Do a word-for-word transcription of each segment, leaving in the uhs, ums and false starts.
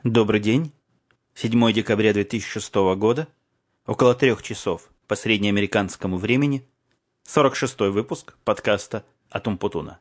Добрый день. седьмое декабря две тысячи шестого года, около трех часов по среднеамериканскому времени, сорок шестой выпуск подкаста «Атум Путуна».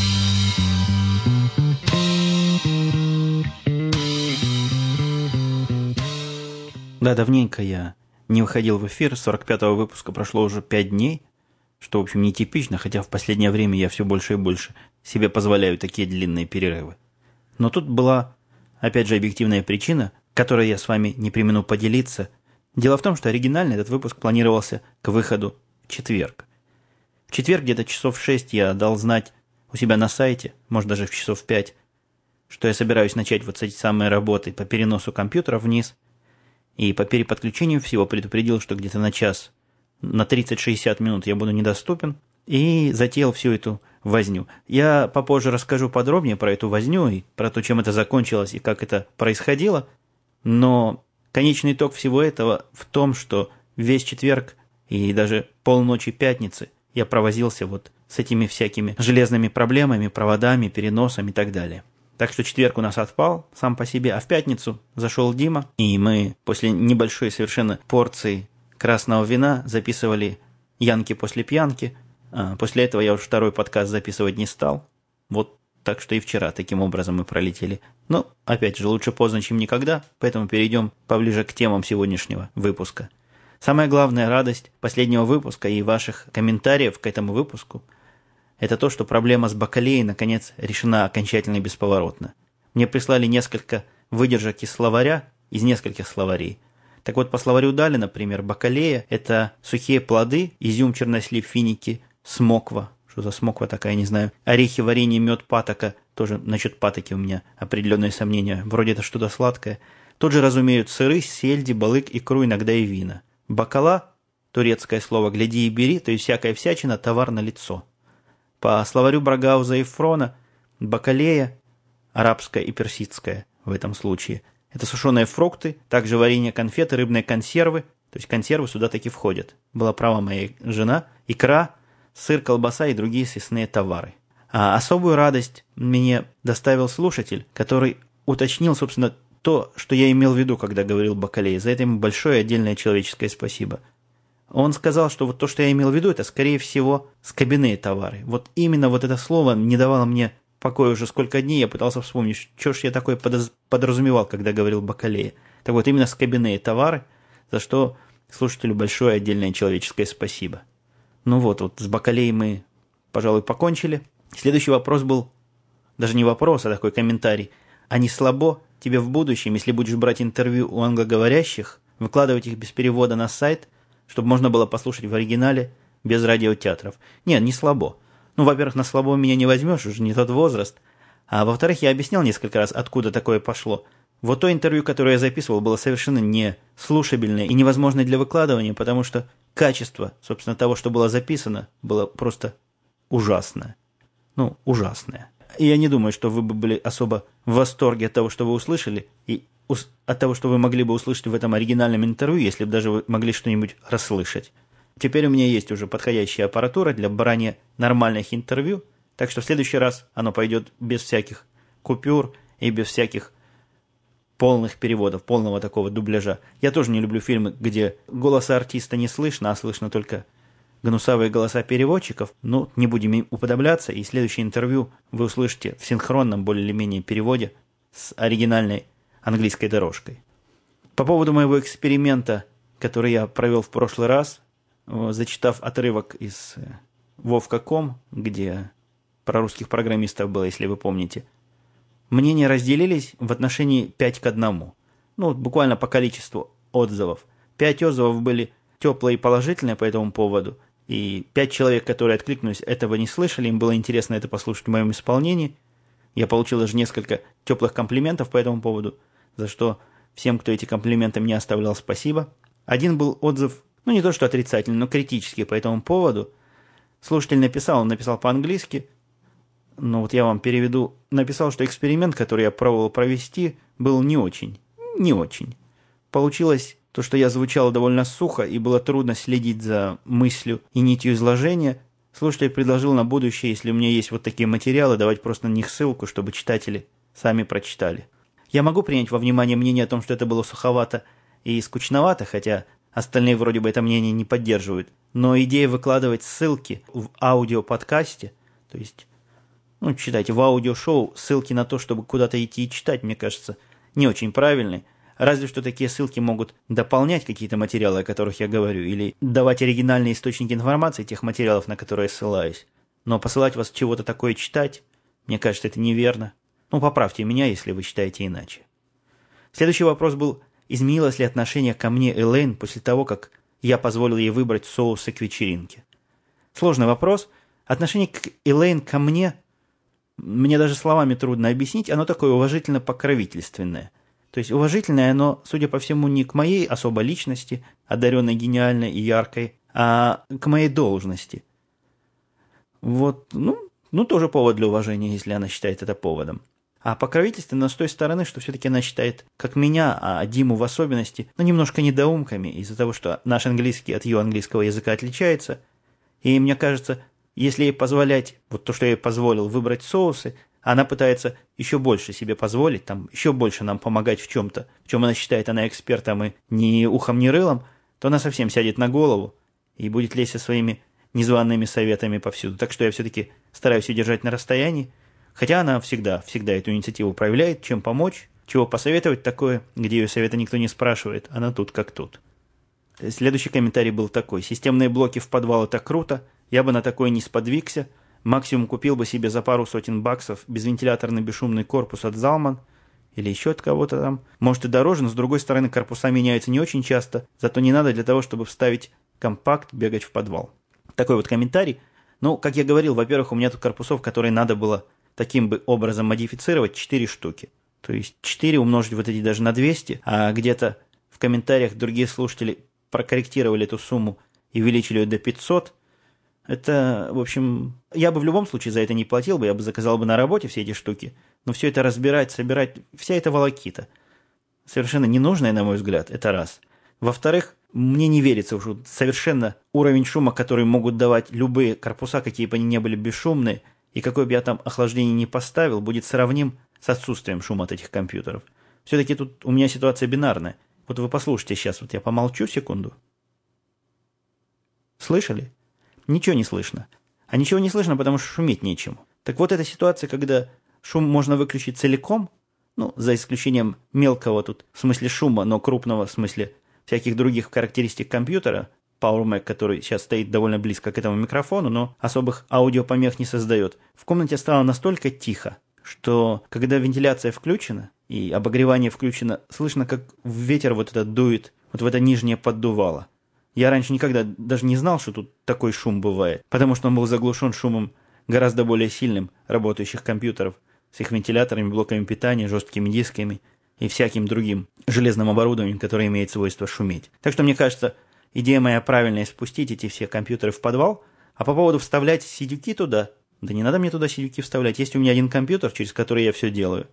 Да, давненько я не выходил в эфир, с сорок пятого выпуска прошло уже пять дней, что, в общем, нетипично, хотя в последнее время я все больше и больше себе позволяю такие длинные перерывы. Но тут была, опять же, объективная причина, которой я с вами не премину поделиться. Дело в том, что оригинально этот выпуск планировался к выходу в четверг. В четверг где-то часов в шесть я дал знать у себя на сайте, может даже в часов в пять, что я собираюсь начать вот с этой самой работы по переносу компьютера вниз, и по переподключению всего предупредил, что где-то на час, на тридцать-шестьдесят минут я буду недоступен, и затеял всю эту возню. Я попозже расскажу подробнее про эту возню и про то, чем это закончилось и как это происходило, но конечный итог всего этого в том, что весь четверг и даже полночи пятницы я провозился вот с этими всякими железными проблемами, проводами, переносом и так далее. Так что четверг у нас отпал сам по себе, а в пятницу зашел Дима, и мы после небольшой совершенно порции красного вина записывали «Янки после пьянки». А после этого я уже второй подкаст записывать не стал. Вот так что и вчера таким образом мы пролетели. Но, опять же, лучше поздно, чем никогда, поэтому перейдем поближе к темам сегодняшнего выпуска. Самая главная радость последнего выпуска и ваших комментариев к этому выпуску – это то, что проблема с бакалеей наконец решена окончательно и бесповоротно. Мне прислали несколько выдержек из словаря, из нескольких словарей. Так вот, по словарю Дали, например, бакалея – это сухие плоды, изюм, чернослив, финики, смоква. Что за смоква такая, не знаю. Орехи, варенье, мед, патока. Тоже насчет патоки у меня определенные сомнения. Вроде это что-то сладкое. Тут же разумеют сыры, сельди, балык, икру, иногда и вина. Бакала, турецкое слово «гляди и бери», то есть всякая всячина, товар на лицо. По словарю Брагауза и Фрона, бакалея, арабская и персидская в этом случае, это сушеные фрукты, также варенье, конфеты, рыбные консервы, то есть консервы сюда таки входят. Была права моя жена, икра, сыр, колбаса и другие съестные товары. А особую радость мне доставил слушатель, который уточнил, собственно, то, что я имел в виду, когда говорил бакалея. За это ему большое отдельное человеческое спасибо. Он сказал, что вот то, что я имел в виду, это, скорее всего, скобяные товары. Вот именно вот это слово не давало мне покоя уже сколько дней. Я пытался вспомнить, что ж я такое подоз... подразумевал, когда говорил бакалея. Так вот, именно скобяные товары, за что слушателю большое отдельное человеческое спасибо. Ну вот, вот с бакалеей мы, пожалуй, покончили. Следующий вопрос был, даже не вопрос, а такой комментарий. А не слабо тебе в будущем, если будешь брать интервью у англоговорящих, выкладывать их без перевода на сайт, чтобы можно было послушать в оригинале без радиотеатров? Нет, не слабо. Ну, во-первых, на слабо меня не возьмешь, уже не тот возраст. А во-вторых, я объяснял несколько раз, откуда такое пошло. Вот то интервью, которое я записывал, было совершенно не слушабельное и невозможное для выкладывания, потому что качество, собственно, того, что было записано, было просто ужасное. Ну, ужасное. И я не думаю, что вы бы были особо в восторге от того, что вы услышали, и от того, что вы могли бы услышать в этом оригинальном интервью, если бы даже вы могли что-нибудь расслышать. Теперь у меня есть уже подходящая аппаратура для брания нормальных интервью, так что в следующий раз оно пойдет без всяких купюр и без всяких полных переводов, полного такого дубляжа. Я тоже не люблю фильмы, где голоса артиста не слышно, а слышно только гнусавые голоса переводчиков. Ну, не будем им уподобляться, и следующее интервью вы услышите в синхронном, более или менее переводе с оригинальной английской дорожкой. По поводу моего эксперимента, который я провел в прошлый раз, зачитав отрывок из вов точка ком, где про русских программистов было, если вы помните, мнения разделились в отношении пять к одному. Ну, буквально по количеству отзывов. пять отзывов были теплые и положительные по этому поводу, и пять человек, которые откликнулись, этого не слышали, им было интересно это послушать в моем исполнении. Я получил даже несколько теплых комплиментов по этому поводу, за что всем, кто эти комплименты мне оставлял, спасибо. Один был отзыв, ну не то что отрицательный, но критический по этому поводу. Слушатель написал, он написал по-английски, но вот я вам переведу, написал, что эксперимент, который я пробовал провести, был не очень, не очень. Получилось то, что я звучал довольно сухо, и было трудно следить за мыслью и нитью изложения. Слушатель предложил на будущее, если у меня есть вот такие материалы, давать просто на них ссылку, чтобы читатели сами прочитали. Я могу принять во внимание мнение о том, что это было суховато и скучновато, хотя остальные вроде бы это мнение не поддерживают. Но идея выкладывать ссылки в аудиоподкасте, то есть, ну, читайте, в аудиошоу ссылки на то, чтобы куда-то идти и читать, мне кажется, не очень правильной. Разве что такие ссылки могут дополнять какие-то материалы, о которых я говорю, или давать оригинальные источники информации тех материалов, на которые я ссылаюсь. Но посылать вас чего-то такое читать, мне кажется, это неверно. Ну, поправьте меня, если вы считаете иначе. Следующий вопрос был, изменилось ли отношение ко мне Элейн после того, как я позволил ей выбрать соусы к вечеринке? Сложный вопрос. Отношение к Элейн ко мне, мне даже словами трудно объяснить, оно такое уважительно-покровительственное. То есть уважительное оно, судя по всему, не к моей особой личности, одаренной, гениальной и яркой, а к моей должности. Вот, ну, ну, тоже повод для уважения, если она считает это поводом. А покровительственно с той стороны, что все-таки она считает, как меня, а Диму в особенности, ну, немножко недоумками, из-за того, что наш английский от ее английского языка отличается. И мне кажется, если ей позволять, вот то, что я ей позволил, выбрать соусы, она пытается еще больше себе позволить, там, еще больше нам помогать в чем-то, в чем она считает, она экспертом и ни ухом, ни рылом, то она совсем сядет на голову и будет лезть со своими незваными советами повсюду. Так что я все-таки стараюсь ее держать на расстоянии, хотя она всегда, всегда эту инициативу проявляет, чем помочь, чего посоветовать такое, где ее совета никто не спрашивает, она тут как тут. Следующий комментарий был такой. Системные блоки в подвал — это круто, я бы на такое не сподвигся, максимум купил бы себе за пару сотен баксов безвентиляторный бесшумный корпус от Залман или еще от кого-то там. Может и дороже, но с другой стороны корпуса меняются не очень часто, зато не надо для того, чтобы вставить компакт, бегать в подвал. Такой вот комментарий. Ну, как я говорил, во-первых, у меня тут корпусов, которые надо было таким бы образом модифицировать, четыре штуки. То есть четыре умножить вот эти даже на двести, а где-то в комментариях другие слушатели прокорректировали эту сумму и увеличили ее до пятисот. Это, в общем, я бы в любом случае за это не платил бы, я бы заказал бы на работе все эти штуки. Но все это разбирать, собирать, вся эта волокита совершенно ненужная, на мой взгляд, это раз. Во-вторых, мне не верится уже совершенно уровень шума, который могут давать любые корпуса, какие бы они ни были бесшумные, и какое бы я там охлаждение ни поставил, будет сравним с отсутствием шума от этих компьютеров. Все-таки тут у меня ситуация бинарная. Вот вы послушайте сейчас, вот я помолчу секунду. Слышали? Ничего не слышно. А ничего не слышно, потому что шуметь нечему. Так вот эта ситуация, когда шум можно выключить целиком, ну, за исключением мелкого тут, в смысле шума, но крупного в смысле всяких других характеристик компьютера, PowerMac, который сейчас стоит довольно близко к этому микрофону, но особых аудиопомех не создает. В комнате стало настолько тихо, что когда вентиляция включена и обогревание включено, слышно, как ветер вот этот дует вот в это нижнее поддувало. Я раньше никогда даже не знал, что тут такой шум бывает, потому что он был заглушен шумом гораздо более сильным работающих компьютеров с их вентиляторами, блоками питания, жесткими дисками и всяким другим железным оборудованием, которое имеет свойство шуметь. Так что, мне кажется, идея моя правильная — спустить эти все компьютеры в подвал, а по поводу вставлять сидюки туда, да не надо мне туда сидюки вставлять, есть у меня один компьютер, через который я все делаю.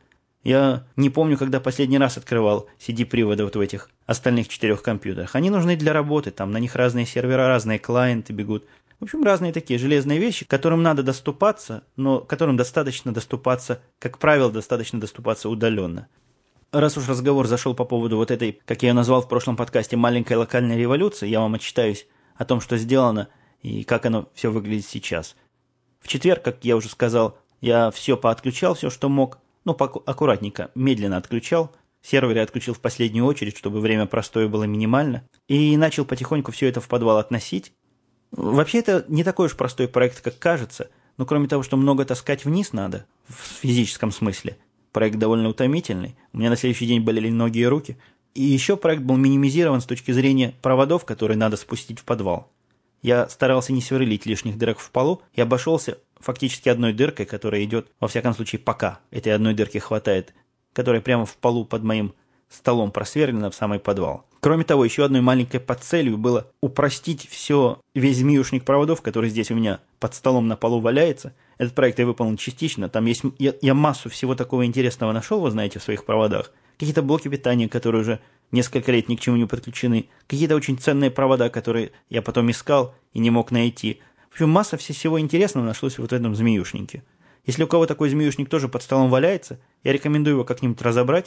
Я не помню, когда последний раз открывал си ди-приводы вот в этих остальных четырех компьютерах. Они нужны для работы, там на них разные сервера, разные клиенты бегут. В общем, разные такие железные вещи, к которым надо доступаться, но которым достаточно доступаться, как правило, достаточно доступаться удаленно. Раз уж разговор зашел по поводу вот этой, как я ее назвал в прошлом подкасте, маленькой локальной революции, я вам отчитаюсь о том, что сделано и как оно все выглядит сейчас. В четверг, как я уже сказал, я все поотключал, все, что мог. Ну, аккуратненько, медленно отключал. Серверы отключил в последнюю очередь, чтобы время простоя было минимально. И начал потихоньку все это в подвал относить. Вообще, это не такой уж простой проект, как кажется. Но кроме того, что много таскать вниз надо, в физическом смысле, проект довольно утомительный. У меня на следующий день болели ноги и руки. И еще проект был минимизирован с точки зрения проводов, которые надо спустить в подвал. Я старался не сверлить лишних дырок в полу и обошелся фактически одной дыркой, которая идет, во всяком случае, пока этой одной дырки хватает, которая прямо в полу под моим столом просверлена в самый подвал. Кроме того, еще одной маленькой подцелью было упростить все, весь змеюшник проводов, который здесь у меня под столом на полу валяется. Этот проект я выполнил частично. Там есть, я, я массу всего такого интересного нашел, вы знаете, в своих проводах. Какие-то блоки питания, которые уже несколько лет ни к чему не подключены. Какие-то очень ценные провода, которые я потом искал и не мог найти. В общем, масса всего интересного нашлось вот в этом змеюшнике. Если у кого такой змеюшник тоже под столом валяется, я рекомендую его как-нибудь разобрать,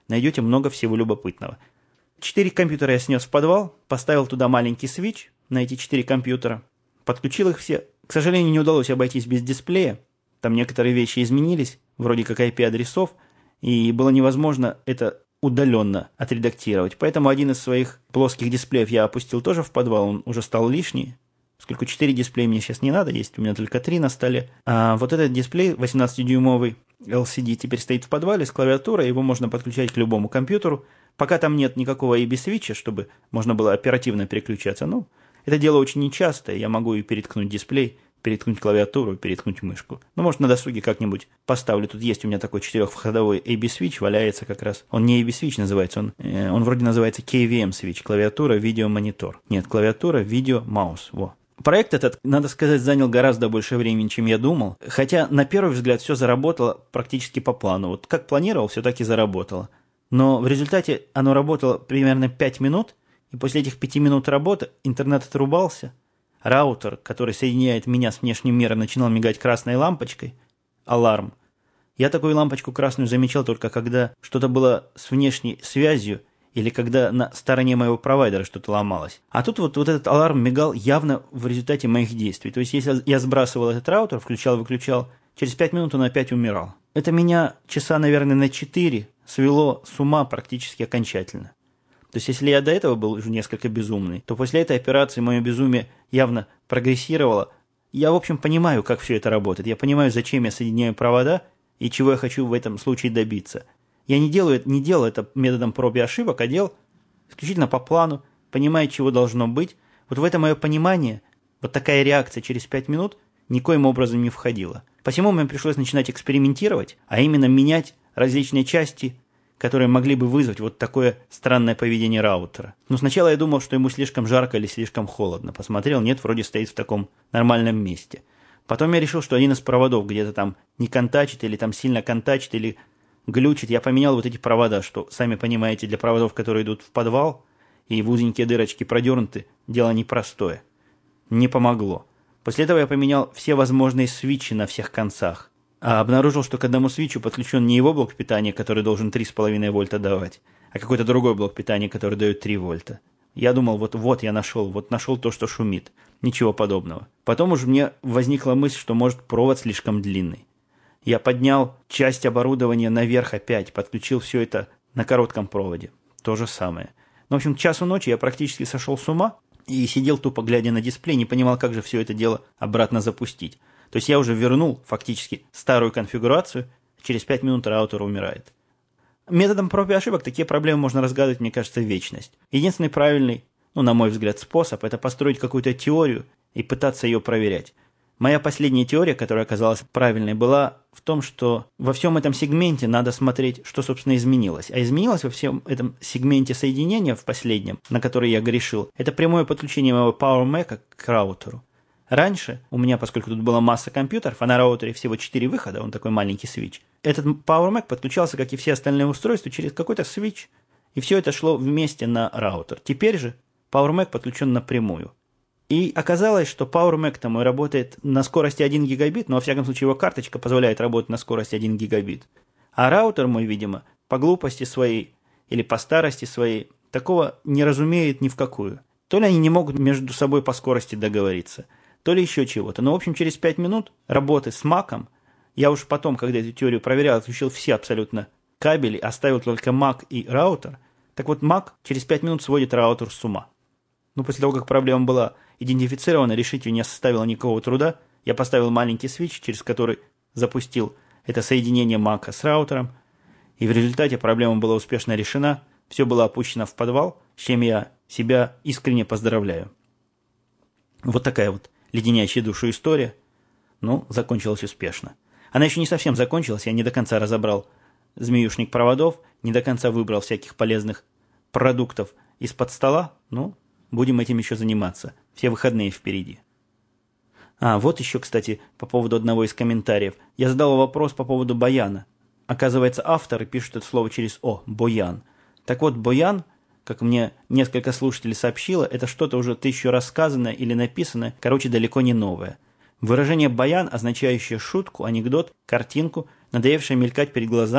найдете много всего любопытного. Четыре компьютера я снес в подвал, поставил туда маленький свич на эти четыре компьютера, подключил их все. К сожалению, не удалось обойтись без дисплея. Там некоторые вещи изменились, вроде как ай пи-адресов, и было невозможно это удаленно отредактировать. Поэтому один из своих плоских дисплеев я опустил тоже в подвал, он уже стал лишний. Поскольку четыре дисплея мне сейчас не надо, есть у меня только три на столе. А вот этот дисплей восемнадцатидюймовый эл си ди теперь стоит в подвале с клавиатурой, его можно подключать к любому компьютеру. Пока там нет никакого эй би-свитча, чтобы можно было оперативно переключаться. Ну, это дело очень нечастое, я могу и переткнуть дисплей, переткнуть клавиатуру, переткнуть мышку. Ну, может, на досуге как-нибудь поставлю. Тут есть у меня такой четырехвходовой эй би-свитч, валяется как раз. Он не эй би-свитч называется, он, э, он вроде называется кей ви эм-свитч, клавиатура, видео, монитор. Нет, клавиатура, видео, маус, во. Проект этот, надо сказать, занял гораздо больше времени, чем я думал. Хотя, на первый взгляд, все заработало практически по плану. Вот как планировал, все так и заработало. Но в результате оно работало примерно пять минут, и после этих пяти минут работы интернет отрубался. Раутер, который соединяет меня с внешним миром, начинал мигать красной лампочкой. Аларм. Я такую лампочку красную замечал только когда что-то было с внешней связью, или когда на стороне моего провайдера что-то ломалось. А тут вот, вот этот аларм мигал явно в результате моих действий. То есть, если я сбрасывал этот раутер, включал-выключал, через пять минут он опять умирал. Это меня часа, наверное, на четыре свело с ума практически окончательно. То есть, если я до этого был уже несколько безумный, то после этой операции мое безумие явно прогрессировало. Я, в общем, понимаю, как все это работает. Я понимаю, зачем я соединяю провода и чего я хочу в этом случае добиться. Я не делаю, не делал это методом проб и ошибок, а делал исключительно по плану, понимая, чего должно быть. Вот в это мое понимание, вот такая реакция через пять минут никоим образом не входила. Посему мне пришлось начинать экспериментировать, а именно менять различные части, которые могли бы вызвать вот такое странное поведение раутера. Но сначала я думал, что ему слишком жарко или слишком холодно. Посмотрел, нет, вроде стоит в таком нормальном месте. Потом я решил, что один из проводов где-то там не контачит, или там сильно контачит, или глючит. Я поменял вот эти провода, что, сами понимаете, для проводов, которые идут в подвал и в узенькие дырочки продернуты, дело непростое. Не помогло. После этого я поменял все возможные свитчи на всех концах. А обнаружил, что к одному свитчу подключен не его блок питания, который должен три с половиной вольта давать, а какой-то другой блок питания, который дает три вольта. Я думал, вот, вот я нашел, вот нашел то, что шумит. Ничего подобного. Потом уже мне возникла мысль, что может провод слишком длинный. Я поднял часть оборудования наверх опять, подключил все это на коротком проводе. То же самое. Ну, в общем, к часу ночи я практически сошел с ума и сидел тупо глядя на дисплей, не понимал, как же все это дело обратно запустить. То есть я уже вернул фактически старую конфигурацию, через пять минут раутер умирает. Методом проб и ошибок такие проблемы можно разгадывать, мне кажется, в вечность. Единственный правильный, ну, на мой взгляд, способ – это построить какую-то теорию и пытаться ее проверять. Моя последняя теория, которая оказалась правильной, была в том, что во всем этом сегменте надо смотреть, что, собственно, изменилось. А изменилось во всем этом сегменте соединения, в последнем, на который я грешил, это прямое подключение моего Power Mac к раутеру. Раньше у меня, поскольку тут была масса компьютеров, а на раутере всего четыре выхода, он такой маленький свитч, этот Power Mac подключался, как и все остальные устройства, через какой-то свитч, и все это шло вместе на раутер. Теперь же Power Mac подключен напрямую. И оказалось, что Power Mac-то мой работает на скорости один гигабит, но во всяком случае его карточка позволяет работать на скорости один гигабит. А раутер мой, видимо, по глупости своей или по старости своей такого не разумеет ни в какую. То ли они не могут между собой по скорости договориться, то ли еще чего-то. Но, в общем, через пять минут работы с Mac'ом, я уж потом, когда эту теорию проверял, отключил все абсолютно кабели, оставил только Mac и раутер. Так вот, Mac через пять минут сводит раутер с ума. Ну, после того, как проблема была идентифицирована, решить ее не составило никакого труда, я поставил маленький свитч, через который запустил это соединение Mac'а с раутером, и в результате проблема была успешно решена, все было опущено в подвал, с чем я себя искренне поздравляю. Вот такая вот леденящая душу история, ну, закончилась успешно. Она еще не совсем закончилась, я не до конца разобрал змеюшник проводов, не до конца выбрал всяких полезных продуктов из-под стола, ну, будем этим еще заниматься. Все выходные впереди. А, вот еще, кстати, по поводу одного из комментариев. Я задал вопрос по поводу баяна. Оказывается, авторы пишут это слово через «о» – «боян». Так вот, боян, как мне несколько слушателей сообщило, это что-то уже тысячу раз сказанное или написанное, короче, далеко не новое. Выражение «баян», означающее шутку, анекдот, картинку, надоевшее мелькать перед глазами,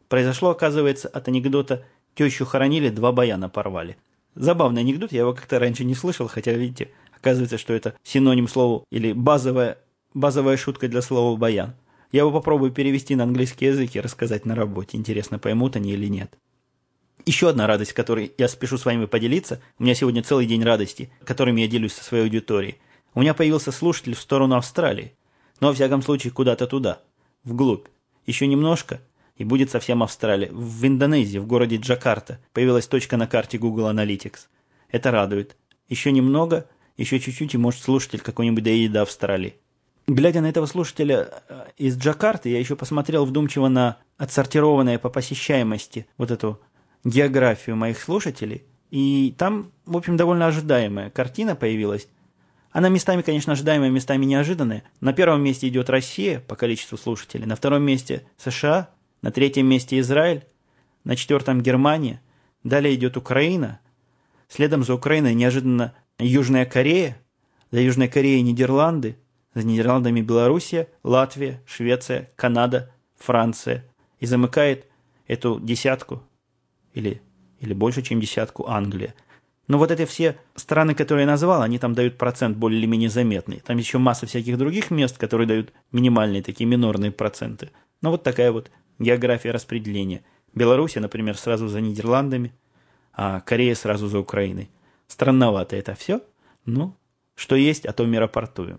Произошло, оказывается, от анекдота «Тещу хоронили, два баяна порвали». Забавный анекдот, я его как-то раньше не слышал, хотя, видите, оказывается, что это синоним слова или базовая, базовая шутка для слова «баян». Я его попробую перевести на английский язык и рассказать на работе. Интересно, поймут они или нет. Еще одна радость, которой я спешу с вами поделиться. У меня сегодня целый день радости, которыми я делюсь со своей аудиторией. У меня появился слушатель в сторону Австралии. Но, во всяком случае, куда-то туда, вглубь. Еще немножко, и будет совсем Австралия. В Индонезии, в городе Джакарта, появилась точка на карте Google Analytics. Это радует. Еще немного, еще чуть-чуть, и может слушатель какой-нибудь доедет до Австралии. Глядя на этого слушателя из Джакарты, я еще посмотрел вдумчиво на отсортированное по посещаемости вот эту географию моих слушателей. И там, в общем, довольно ожидаемая картина появилась. Она местами, конечно, ожидаемая, местами неожиданная. На первом месте идет Россия по количеству слушателей, на втором месте США, на третьем месте Израиль, на четвертом Германия, далее идет Украина, следом за Украиной неожиданно Южная Корея, за Южной Кореей Нидерланды, за Нидерландами Белоруссия, Латвия, Швеция, Канада, Франция. И замыкает эту десятку, или, или больше, чем десятку, Англия. Но вот эти все страны, которые я назвал, они там дают процент более или менее заметный. Там еще масса всяких других мест, которые дают минимальные, такие минорные проценты. Но вот такая вот география распределения. Белоруссия, например, сразу за Нидерландами, а Корея сразу за Украиной. Странновато это все. Ну, что есть, о том и рапортую.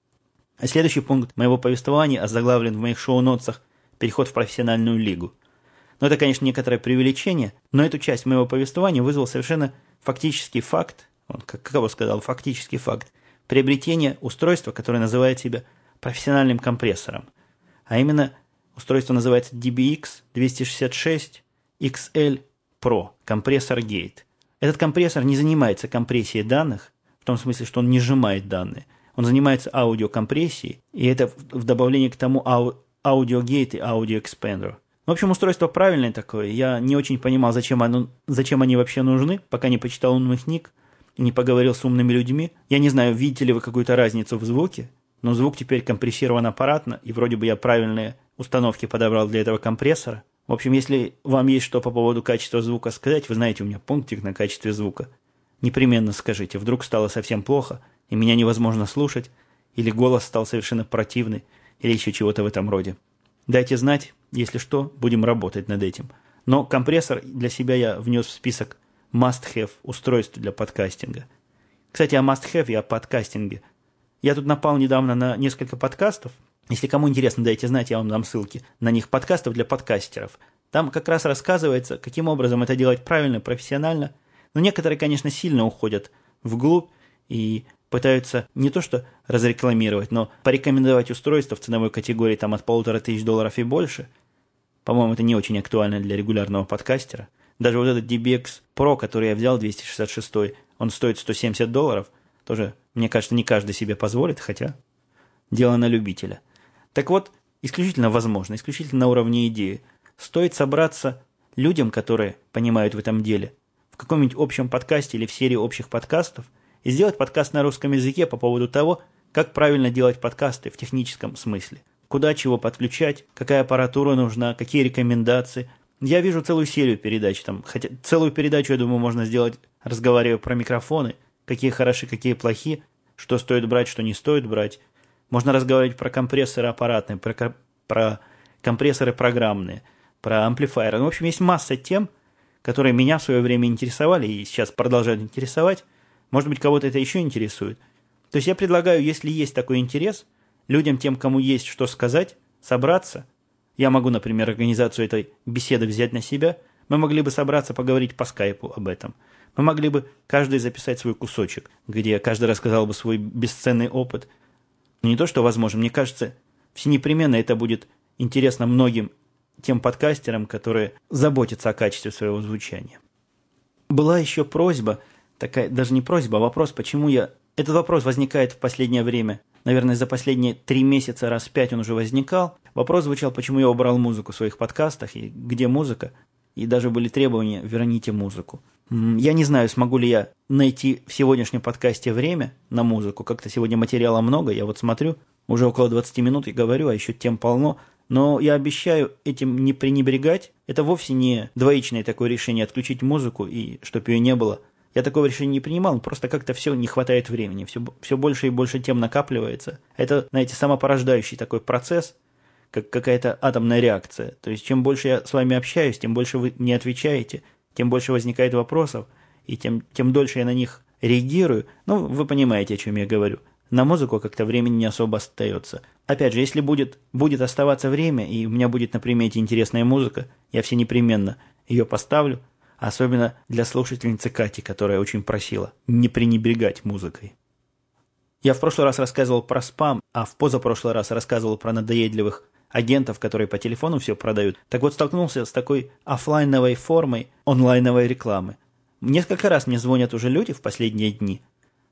А следующий пункт моего повествования озаглавлен в моих шоу-нотсах «Переход в профессиональную лигу». Но это, конечно, некоторое преувеличение, но эту часть моего повествования вызвал совершенно фактический факт, он, как кого сказал, фактический факт, приобретения устройства, которое называет себя профессиональным компрессором. А именно, устройство называется ди би икс двести шестьдесят шесть икс эл Pro, компрессор Gate. Этот компрессор не занимается компрессией данных, в том смысле, что он не сжимает данные. Он занимается аудиокомпрессией, и это в добавлении к тому Audio Gate и Audio Expander. В общем, устройство правильное такое. Я не очень понимал, зачем, оно, зачем они вообще нужны, пока не почитал умных книг и не поговорил с умными людьми. Я не знаю, видите ли вы какую-то разницу в звуке, но звук теперь компрессирован аппаратно, и вроде бы я правильные установки подобрал для этого компрессора. В общем, если вам есть что по поводу качества звука сказать, вы знаете, у меня пунктик на качестве звука. Непременно скажите, вдруг стало совсем плохо, и меня невозможно слушать, или голос стал совершенно противный, или еще чего-то в этом роде. Дайте знать, если что, будем работать над этим. Но компрессор для себя я внес в список must-have устройств для подкастинга. Кстати, о must-have и о подкастинге. Я тут напал недавно на несколько подкастов. Если кому интересно, дайте знать, я вам дам ссылки на них, подкастов для подкастеров. Там как раз рассказывается, каким образом это делать правильно, профессионально. Но некоторые, конечно, сильно уходят вглубь и пытаются не то что разрекламировать, но порекомендовать устройство в ценовой категории там от полутора тысяч долларов и больше. По-моему, это не очень актуально для регулярного подкастера. Даже вот этот ди би икс Pro, который я взял, двести шестьдесят шесть, он стоит сто семьдесят долларов. Тоже, мне кажется, не каждый себе позволит, хотя дело на любителя. Так вот, исключительно возможно, исключительно на уровне идеи. Стоит собраться людям, которые понимают в этом деле, в каком-нибудь общем подкасте или в серии общих подкастов, и сделать подкаст на русском языке по поводу того, как правильно делать подкасты в техническом смысле. Куда чего подключать, какая аппаратура нужна, какие рекомендации. Я вижу целую серию передач там. Хотя целую передачу, я думаю, можно сделать, разговаривая про микрофоны, какие хороши, какие плохи, что стоит брать, что не стоит брать. Можно разговаривать про компрессоры аппаратные, про, про компрессоры программные, про амплифайеры. Ну, в общем, есть масса тем, которые меня в свое время интересовали и сейчас продолжают интересовать. Может быть, кого-то это еще интересует. То есть я предлагаю, если есть такой интерес, людям, тем, кому есть что сказать, собраться. Я могу, например, организацию этой беседы взять на себя. Мы могли бы собраться, поговорить по скайпу об этом. Мы могли бы каждый записать свой кусочек, где каждый рассказал бы свой бесценный опыт. Но не то, что возможно. Мне кажется, все непременно это будет интересно многим тем подкастерам, которые заботятся о качестве своего звучания. Была еще просьба... Такая, даже не просьба, а вопрос, почему я... Этот вопрос возникает в последнее время. Наверное, за последние три месяца раз пять он уже возникал. Вопрос звучал, почему я убрал музыку в своих подкастах, и где музыка. И даже были требования «верните музыку». Я не знаю, смогу ли я найти в сегодняшнем подкасте время на музыку. Как-то сегодня материала много, я вот смотрю, уже около двадцати минут и говорю, а еще тем полно. Но я обещаю этим не пренебрегать. Это вовсе не двоичное такое решение отключить музыку и чтобы ее не было. Я такого решения не принимал, просто как-то все не хватает времени. Все, все больше и больше тем накапливается. Это, знаете, самопорождающий такой процесс, как какая-то атомная реакция. То есть чем больше я с вами общаюсь, тем больше вы не отвечаете, тем больше возникает вопросов, и тем, тем дольше я на них реагирую. Ну, вы понимаете, о чем я говорю. На музыку как-то времени не особо остается. Опять же, если будет, будет оставаться время, и у меня будет на примете интересная музыка, я все непременно ее поставлю, особенно для слушательницы Кати, которая очень просила не пренебрегать музыкой. Я в прошлый раз рассказывал про спам, а в позапрошлый раз рассказывал про надоедливых агентов, которые по телефону все продают. Так вот, столкнулся с такой офлайновой формой онлайновой рекламы. Несколько раз мне звонят уже люди в последние дни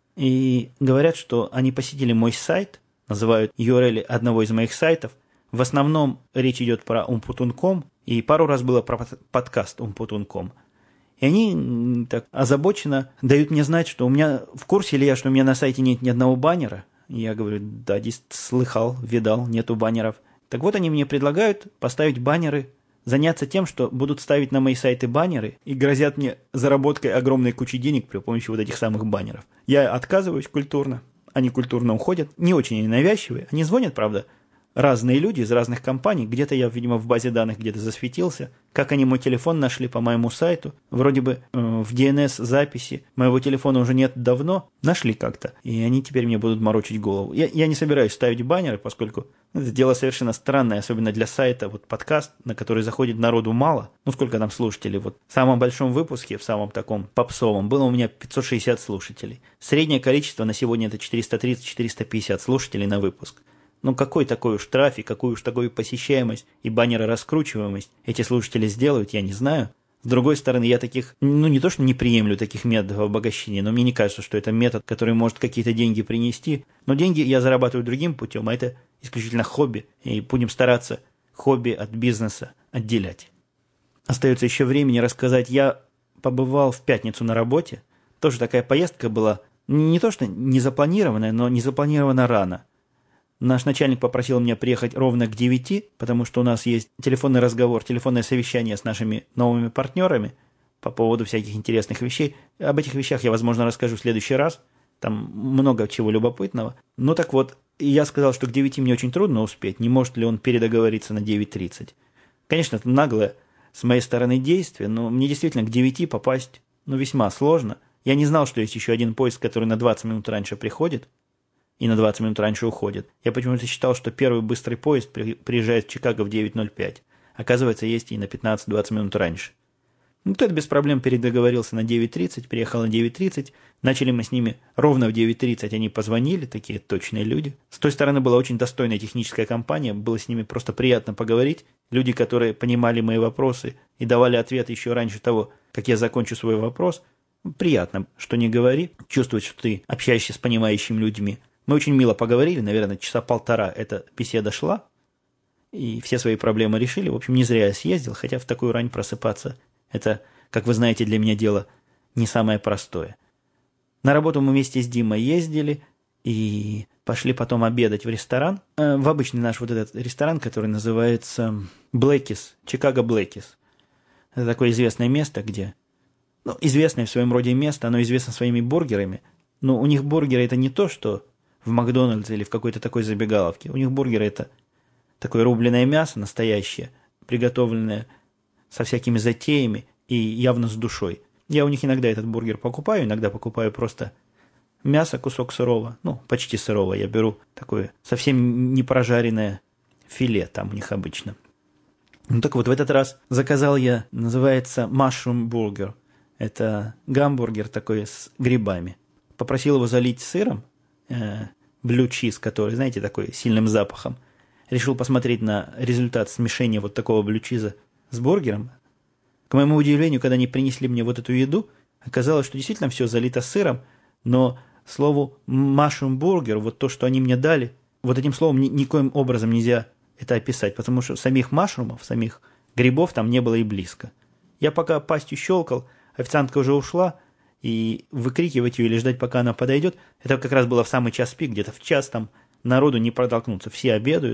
и говорят, что они посетили мой сайт, называют ю ар эл одного из моих сайтов. В основном речь идет про умпутун точка ком, и пару раз было про подкаст умпутун точка ком. И они так озабоченно дают мне знать, что у меня, в курсе ли я, что у меня на сайте нет ни одного баннера. И я говорю, да, действительно, слыхал, видал, нету баннеров. Так вот, они мне предлагают поставить баннеры, заняться тем, что будут ставить на мои сайты баннеры и грозят мне заработкой огромной кучи денег при помощи вот этих самых баннеров. Я отказываюсь культурно, они культурно уходят, не очень навязчивые. Они звонят, правда, разные люди из разных компаний, где-то я, видимо, в базе данных где-то засветился, как они мой телефон нашли по моему сайту, вроде бы э, в ди эн эс-записи моего телефона уже нет давно, нашли как-то, и они теперь мне будут морочить голову. Я, я не собираюсь ставить баннеры, поскольку это дело совершенно странное, особенно для сайта, вот подкаст, на который заходит народу мало, ну сколько там слушателей, вот в самом большом выпуске, в самом таком попсовом, было у меня пятьсот шестьдесят слушателей. Среднее количество на сегодня это четыреста тридцать - четыреста пятьдесят слушателей на выпуск. Ну какой такой уж трафик, какую уж такую посещаемость и баннеро-раскручиваемость эти слушатели сделают, я не знаю. С другой стороны, я таких, ну не то что не приемлю таких методов обогащения, но мне не кажется, что это метод, который может какие-то деньги принести. Но деньги я зарабатываю другим путем, а это исключительно хобби, и будем стараться хобби от бизнеса отделять. Остается еще времени рассказать, я побывал в пятницу на работе, тоже такая поездка была, не то что не запланированная, но не запланирована рано. Наш начальник попросил меня приехать ровно к девяти, потому что у нас есть телефонный разговор, телефонное совещание с нашими новыми партнерами по поводу всяких интересных вещей. Об этих вещах я, возможно, расскажу в следующий раз. Там много чего любопытного. Ну так вот, я сказал, что к девяти мне очень трудно успеть. Не может ли он передоговориться на девять тридцать? Конечно, это наглое с моей стороны действие, но мне действительно к девяти попасть ну, весьма сложно. Я не знал, что есть еще один поезд, который на двадцать минут раньше приходит и на двадцать минут раньше уходит. Я почему-то считал, что первый быстрый поезд приезжает в Чикаго в девять ноль пять. Оказывается, есть и на пятнадцать-двадцать минут раньше. Ну, тот без проблем передоговорился на девять тридцать, приехал на девять тридцать. Начали мы с ними ровно в девять тридцать, они позвонили, такие точные люди. С той стороны была очень достойная техническая компания, было с ними просто приятно поговорить. Люди, которые понимали мои вопросы и давали ответ еще раньше того, как я закончу свой вопрос. Приятно, что не говори, чувствовать, что ты общаешься с понимающими людьми. Мы очень мило поговорили, наверное, часа полтора эта беседа шла, и все свои проблемы решили. В общем, не зря я съездил, хотя в такую рань просыпаться – это, как вы знаете, для меня дело не самое простое. На работу мы вместе с Димой ездили и пошли потом обедать в ресторан, э, в обычный наш вот этот ресторан, который называется Блэкис, Чикаго Блэкис. Это такое известное место, где, ну, известное в своем роде место, оно известно своими бургерами, но у них бургеры – это не то, что в Макдональдсе или в какой-то такой забегаловке. У них бургеры – это такое рубленое мясо настоящее, приготовленное со всякими затеями и явно с душой. Я у них иногда этот бургер покупаю, иногда покупаю просто мясо, кусок сырого, ну, почти сырого. Я беру такое совсем не прожаренное филе, там у них обычно. Ну так вот, в этот раз заказал я, называется mushroom burger. Это гамбургер такой с грибами. Попросил его залить сыром, блю чиз, который, знаете, такой сильным запахом. Решил посмотреть на результат смешения вот такого блю чиза с бургером. К моему удивлению, когда они принесли мне вот эту еду, оказалось, что действительно все залито сыром, но слову mushroom burger, вот то, что они мне дали, вот этим словом ни, никоим образом нельзя это описать, потому что самих машрумов, самих грибов там не было и близко. Я пока пастью щелкал, официантка уже ушла, и выкрикивать ее или ждать, пока она подойдет, это как раз было в самый час пик, где-то в час там народу не протолкнуться, все обедают.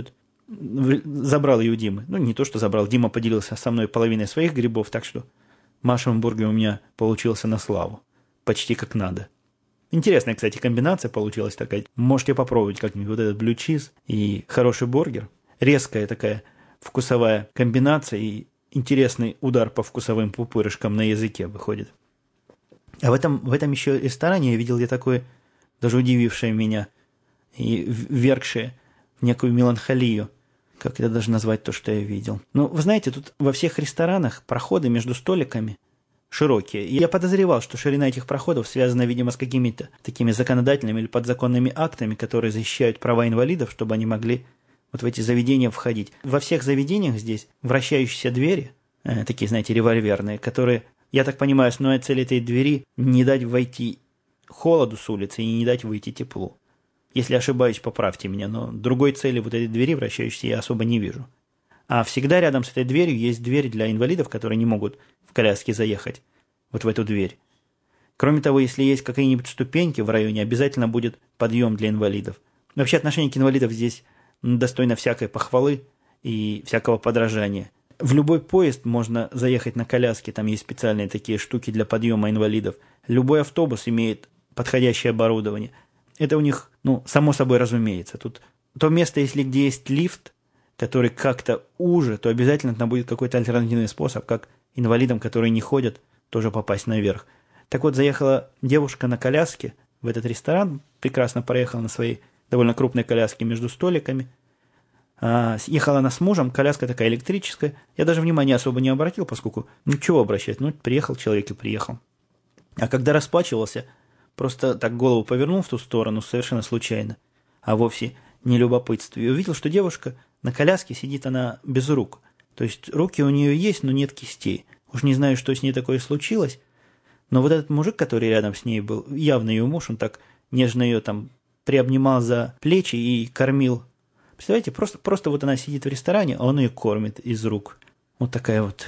забрал ее у Димы. Ну, не то, что забрал. Дима поделился со мной половиной своих грибов, так что Машин бургер у меня получился на славу. Почти как надо. Интересная, кстати, комбинация получилась такая. Можете попробовать как-нибудь вот этот blue cheese и хороший бургер. Резкая такая вкусовая комбинация и интересный удар по вкусовым пупырышкам на языке выходит. А в этом, в этом еще ресторане я видел я такое, даже удивившее меня и ввергшее в некую меланхолию. Как это даже назвать то, что я видел? Ну, вы знаете, тут во всех ресторанах проходы между столиками широкие. И я подозревал, что ширина этих проходов связана, видимо, с какими-то такими законодательными или подзаконными актами, которые защищают права инвалидов, чтобы они могли вот в эти заведения входить. Во всех заведениях здесь вращающиеся двери, э, такие, знаете, револьверные, которые, я так понимаю, основная цель этой двери – не дать войти холоду с улицы и не дать выйти теплу. Если ошибаюсь, поправьте меня, но другой цели вот этой двери вращающейся я особо не вижу. А всегда рядом с этой дверью есть дверь для инвалидов, которые не могут в коляске заехать вот в эту дверь. Кроме того, если есть какие-нибудь ступеньки в районе, обязательно будет подъем для инвалидов. Вообще отношение к инвалидам здесь достойно всякой похвалы и всякого подражания. В любой поезд можно заехать на коляске, там есть специальные такие штуки для подъема инвалидов. Любой автобус имеет подходящее оборудование. Это у них, ну, само собой разумеется. Тут то место, если где есть лифт, который как-то уже, то обязательно там будет какой-то альтернативный способ, как инвалидам, которые не ходят, тоже попасть наверх. Так вот, заехала девушка на коляске в этот ресторан, прекрасно проехала на своей довольно крупной коляске между столиками. А, ехала она с мужем, коляска такая электрическая. Я даже внимания особо не обратил, поскольку, ну, чего обращать, ну, приехал человек и приехал. А когда расплачивался, просто так голову повернул в ту сторону совершенно случайно, а вовсе не любопытстве. И увидел, что девушка на коляске сидит она без рук. То есть руки у нее есть, но нет кистей. Уж не знаю, что с ней такое случилось. Но вот этот мужик, который рядом с ней был, явно ее муж, он так нежно ее там приобнимал за плечи и кормил. Представляете, просто, просто вот она сидит в ресторане, а он ее кормит из рук. Вот такая вот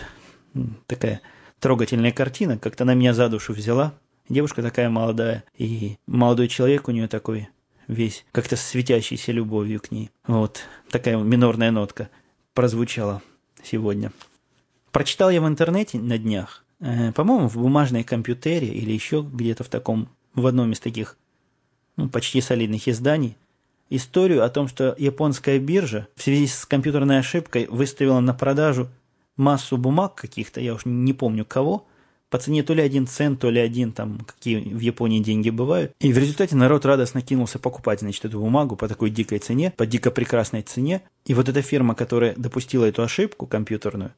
такая трогательная картина. Как-то она меня за душу взяла. Девушка такая молодая, и молодой человек у нее такой весь, как-то светящийся любовью к ней. Вот такая минорная нотка прозвучала сегодня. Прочитал я в интернете на днях, э, по-моему, в бумажной компьютере или еще где-то в таком, в одном из таких, ну, почти солидных изданий, историю о том, что японская биржа в связи с компьютерной ошибкой выставила на продажу массу бумаг каких-то, я уж не помню кого, по цене то ли один цент, то ли один, там, какие в Японии деньги бывают. И в результате народ радостно кинулся покупать, значит, эту бумагу по такой дикой цене, по дико прекрасной цене. И вот эта фирма, которая допустила эту ошибку компьютерную,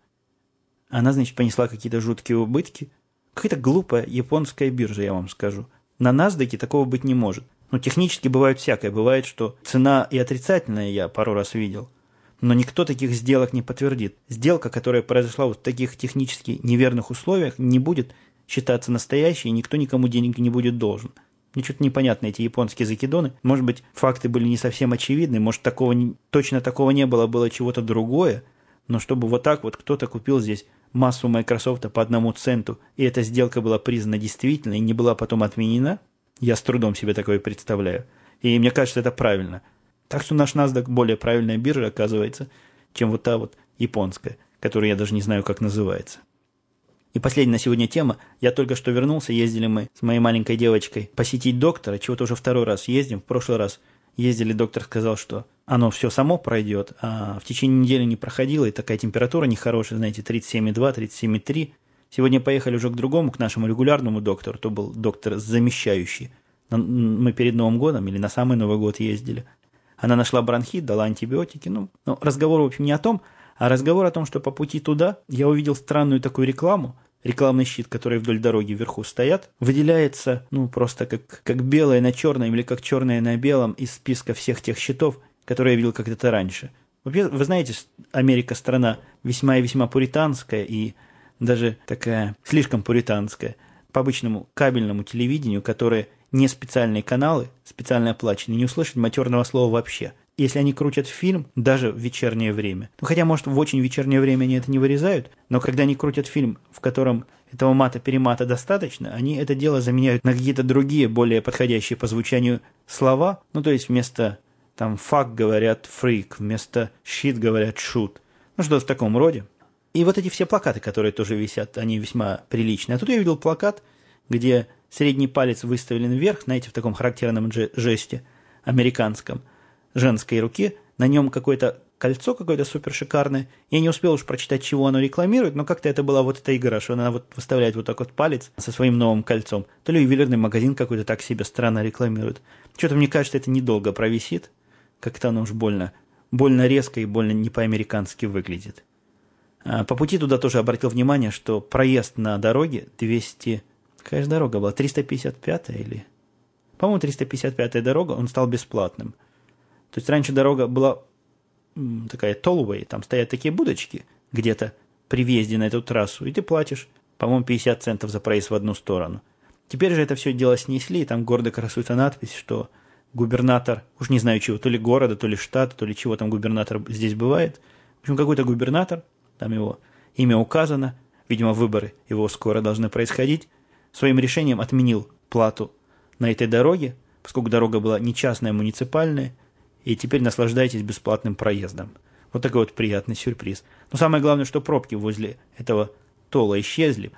она, значит, понесла какие-то жуткие убытки. Какая-то глупая японская биржа, я вам скажу. На NASDAQ такого быть не может. Ну, технически бывает всякое. Бывает, что цена и отрицательная, я пару раз видел. Но никто таких сделок не подтвердит. Сделка, которая произошла вот в таких технически неверных условиях, не будет считаться настоящей, и никто никому денег не будет должен. Мне что-то непонятно эти японские закидоны. Может быть, факты были не совсем очевидны, может, такого, точно такого не было, было чего-то другое, но чтобы вот так вот кто-то купил здесь массу Microsoft по одному центу, и эта сделка была признана действительной и не была потом отменена, я с трудом себе такое представляю. И мне кажется, это правильно. Так что наш NASDAQ более правильная биржа, оказывается, чем вот та вот японская, которую я даже не знаю, как называется. И последняя на сегодня тема. Я только что вернулся, ездили мы с моей маленькой девочкой посетить доктора, чего-то уже второй раз ездим. В прошлый раз ездили, доктор сказал, что оно все само пройдет, а в течение недели не проходило, и такая температура нехорошая, знаете, тридцать семь и два, тридцать семь и три. Сегодня поехали уже к другому, к нашему регулярному доктору, то был доктор замещающий. Мы перед Новым годом или на самый Новый год ездили. Она нашла бронхит, дала антибиотики. Ну, ну, разговор, в общем, не о том, а разговор о том, что по пути туда я увидел странную такую рекламу. Рекламный щит, который вдоль дороги вверху стоят, выделяется, ну, просто как, как белое на черном или как черное на белом из списка всех тех щитов, которые я видел когда-то раньше. Вообще, вы знаете, Америка страна весьма и весьма пуританская и даже такая слишком пуританская по обычному кабельному телевидению, которое не специальные каналы, специально оплаченные, не услышать матерного слова вообще. Если они крутят фильм, даже в вечернее время. Ну, хотя, может, в очень вечернее время они это не вырезают, но когда они крутят фильм, в котором этого мата-перемата достаточно, они это дело заменяют на какие-то другие, более подходящие по звучанию слова. Ну, то есть вместо там fuck говорят freak, вместо shit говорят shoot. Ну, что-то в таком роде. И вот эти все плакаты, которые тоже висят, они весьма приличные. А тут я видел плакат, где средний палец выставлен вверх, знаете, в таком характерном жесте американском, женской руки. На нем какое-то кольцо какое-то супер шикарное. Я не успел уж прочитать, чего оно рекламирует, но как-то это была вот эта игра, что она вот выставляет вот так вот палец со своим новым кольцом. То ли ювелирный магазин какой-то так себе странно рекламирует. Что-то, мне кажется, это недолго провисит. Как-то оно уж больно, больно резко и больно не по-американски выглядит. А по пути туда тоже обратил внимание, что проезд на дороге двести... Какая же дорога была? триста пятьдесят пятая или... По-моему, триста пятьдесят пятая дорога, он стал бесплатным. То есть раньше дорога была такая tollway, там стоят такие будочки где-то при въезде на эту трассу, и ты платишь, по-моему, пятьдесят центов за проезд в одну сторону. Теперь же это все дело снесли, и там гордо красуется надпись, что губернатор, уж не знаю чего, то ли города, то ли штата, то ли чего там губернатор здесь бывает. В общем, какой-то губернатор, там его имя указано, видимо, выборы его скоро должны происходить, своим решением отменил плату на этой дороге, поскольку дорога была не частная, а муниципальная, и теперь наслаждайтесь бесплатным проездом. Вот такой вот приятный сюрприз. Но самое главное, что пробки возле этого толла исчезли.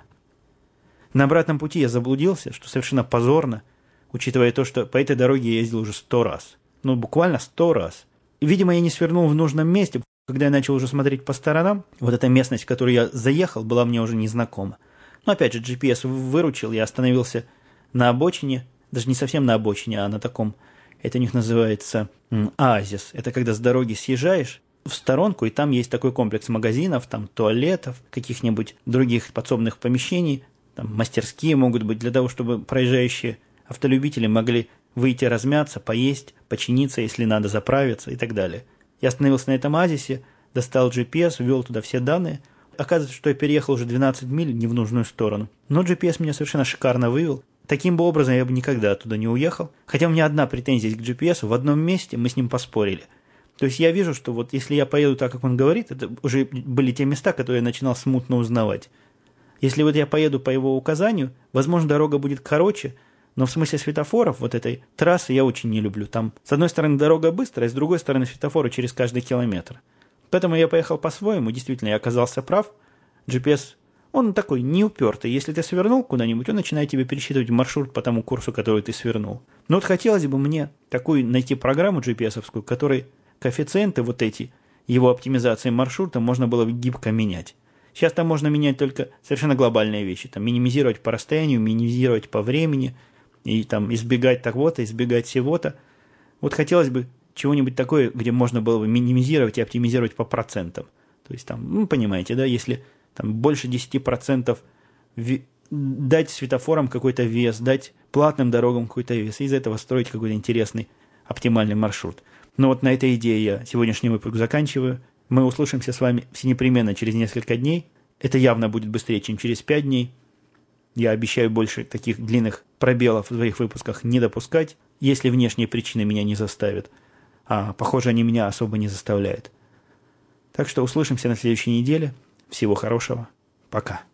На обратном пути я заблудился, что совершенно позорно, учитывая то, что по этой дороге я ездил уже сто раз. Ну, буквально сто раз. И, видимо, я не свернул в нужном месте. Когда я начал уже смотреть по сторонам, вот эта местность, в которую я заехал, была мне уже незнакома. Но опять же, джи пи эс выручил, я остановился на обочине, даже не совсем на обочине, а на таком, это у них называется м, оазис. Это когда с дороги съезжаешь в сторонку, и там есть такой комплекс магазинов, там туалетов, каких-нибудь других подсобных помещений, там мастерские могут быть для того, чтобы проезжающие автолюбители могли выйти размяться, поесть, починиться, если надо, заправиться и так далее. Я остановился на этом оазисе, достал джи пи эс, ввел туда все данные. Оказывается, что я переехал уже двенадцать миль не в нужную сторону. Но джи пи эс меня совершенно шикарно вывел. Таким бы образом я бы никогда оттуда не уехал. Хотя у меня одна претензия к джи пи эс. В одном месте мы с ним поспорили. То есть я вижу, что вот если я поеду так, как он говорит, это уже были те места, которые я начинал смутно узнавать. Если вот я поеду по его указанию, возможно, дорога будет короче, но в смысле светофоров вот этой трассы я очень не люблю. Там с одной стороны дорога быстрая, с другой стороны светофоры через каждый километр. Поэтому я поехал по-своему, действительно, я оказался прав. джи пи эс, он такой неупертый. Если ты свернул куда-нибудь, он начинает тебе пересчитывать маршрут по тому курсу, который ты свернул. Но вот хотелось бы мне такую найти программу джи пи эс-овскую, которой коэффициенты вот эти, его оптимизации маршрута можно было бы гибко менять. Сейчас там можно менять только совершенно глобальные вещи. Там минимизировать по расстоянию, минимизировать по времени, и там избегать того-то, избегать всего-то. Вот хотелось бы чего-нибудь такое, где можно было бы минимизировать и оптимизировать по процентам. То есть там, ну, понимаете, да, если там больше десять процентов ви- дать светофорам какой-то вес, дать платным дорогам какой-то вес, и из этого строить какой-то интересный оптимальный маршрут. Но вот на этой идее я сегодняшний выпуск заканчиваю. Мы услышимся с вами все непременно через несколько дней. Это явно будет быстрее, чем через пять дней. Я обещаю больше таких длинных пробелов в своих выпусках не допускать, если внешние причины меня не заставят. А, похоже, они меня особо не заставляют. Так что услышимся на следующей неделе. Всего хорошего. Пока.